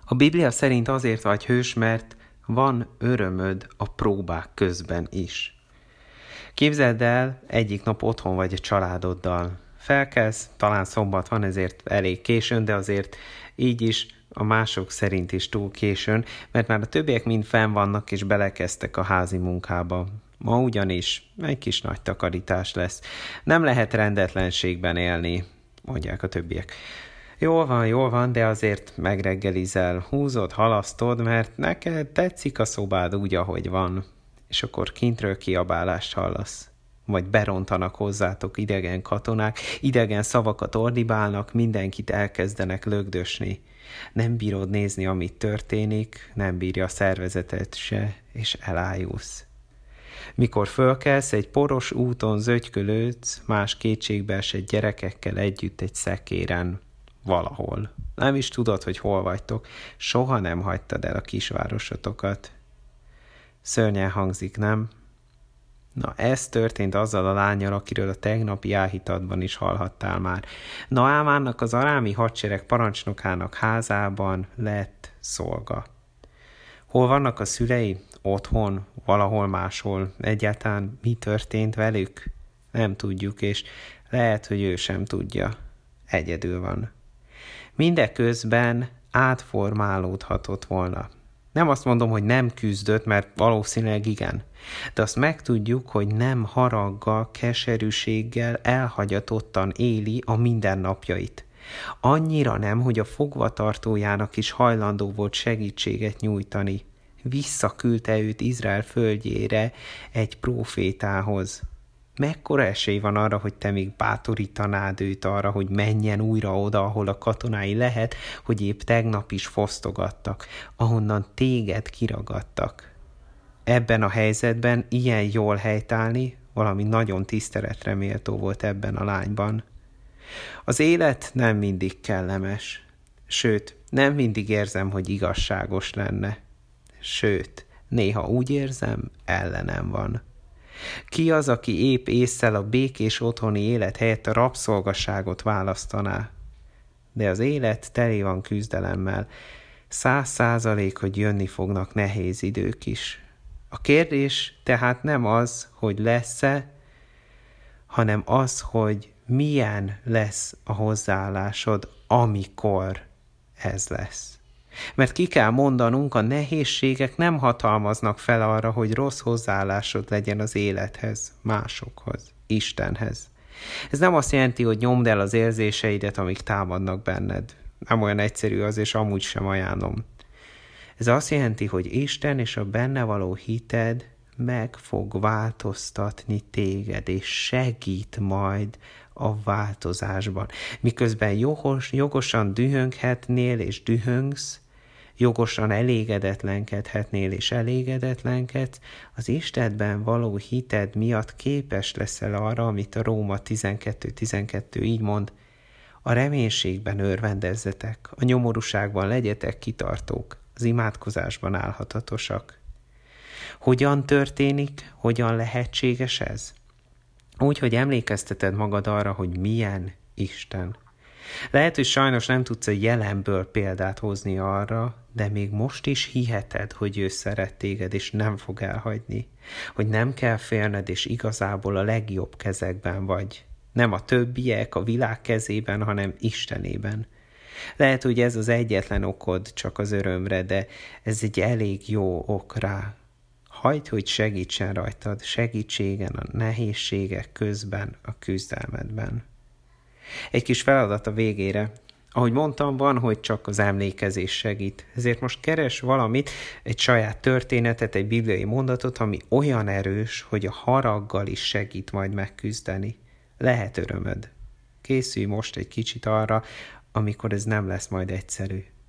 A Biblia szerint azért vagy hős, mert van örömöd a próbák közben is. Képzeld el, egyik nap otthon vagy a családoddal. Felkelsz, talán szombat van, ezért elég későn, de azért így is a mások szerint is túl későn, mert már a többiek mind fenn vannak és belekezdtek a házi munkába. Ma ugyanis egy kis nagy takarítás lesz. Nem lehet rendetlenségben élni, mondják a többiek. Jól van, de azért megreggelizel, húzod, halasztod, mert neked tetszik a szobád úgy, ahogy van. És akkor kintről kiabálást hallasz. Vagy berontanak hozzátok idegen katonák, idegen szavakat ordibálnak, mindenkit elkezdenek lögdösni. Nem bírod nézni, amit történik, nem bírja a szervezeted se, és elájulsz. Mikor fölkelsz, egy poros úton zögykölődsz, más kétségbeesett gyerekekkel együtt egy szekéren, valahol. Nem is tudod, hogy hol vagytok, soha nem hagytad el a kisvárosotokat. Szörnyen hangzik, nem? Na, ez történt azzal a lánnyal, akiről a tegnapi áhítatban is hallhattál már. Naámánnak, az arámi hadsereg parancsnokának házában lett szolga. Hol vannak a szülei? Otthon? Valahol máshol? Egyáltalán mi történt velük? Nem tudjuk, és lehet, hogy ő sem tudja. Egyedül van. Mindeközben átformálódhatott volna. Nem azt mondom, hogy nem küzdött, mert valószínűleg igen. De azt megtudjuk, hogy nem haraggal, keserűséggel, elhagyatottan éli a mindennapjait. Annyira nem, hogy a fogvatartójának is hajlandó volt segítséget nyújtani. Visszaküldte őt Izrael földjére egy prófétához. Mekkora esély van arra, hogy te még bátorítanád őt arra, hogy menjen újra oda, ahol a katonái lehet, hogy épp tegnap is fosztogattak, ahonnan téged kiragadtak. Ebben a helyzetben ilyen jól helytállni valami nagyon tiszteletre méltó volt ebben a lányban. Az élet nem mindig kellemes, sőt, nem mindig érzem, hogy igazságos lenne. Sőt, néha úgy érzem, ellenem van. Ki az, aki épp ésszel a békés otthoni élet helyett a rabszolgaságot választaná? De az élet teli van küzdelemmel. 100%, hogy jönni fognak nehéz idők is. A kérdés tehát nem az, hogy lesz-e, hanem az, hogy milyen lesz a hozzáállásod, amikor ez lesz. Mert ki kell mondanunk, a nehézségek nem hatalmaznak fel arra, hogy rossz hozzáállásod legyen az élethez, másokhoz, Istenhez. Ez nem azt jelenti, hogy nyomd el az érzéseidet, amik támadnak benned. Nem olyan egyszerű az, és amúgy sem ajánlom. Ez azt jelenti, hogy Isten és a benne való hited meg fog változtatni téged, és segít majd a változásban. Miközben jogosan dühönghetnél és dühöngsz, jogosan elégedetlenkedhetnél és elégedetlenkedsz, az Istenben való hited miatt képes leszel arra, amit a Róma 12.12 így mond, a reménységben örvendezzetek, a nyomorúságban legyetek kitartók, az imádkozásban állhatatosak. Hogyan történik, hogyan lehetséges ez? Úgy, hogy emlékezteted magad arra, hogy milyen Isten. Lehet, hogy sajnos nem tudsz a jelenből példát hozni arra, de még most is hiheted, hogy ő szeret téged, és nem fog elhagyni. Hogy nem kell félned, és igazából a legjobb kezekben vagy. Nem a többiek a világ kezében, hanem Istenében. Lehet, hogy ez az egyetlen okod csak az örömre, de ez egy elég jó ok rá. Hagyd, hogy segítsen rajtad, segítségen a nehézségek közben, a küzdelmedben. Egy kis feladat a végére. Ahogy mondtam, van, hogy csak az emlékezés segít. Ezért most keres valamit, egy saját történetet, egy bibliai mondatot, ami olyan erős, hogy a haraggal is segít majd megküzdeni. Lehet örömöd. Készülj most egy kicsit arra, amikor ez nem lesz majd egyszerű.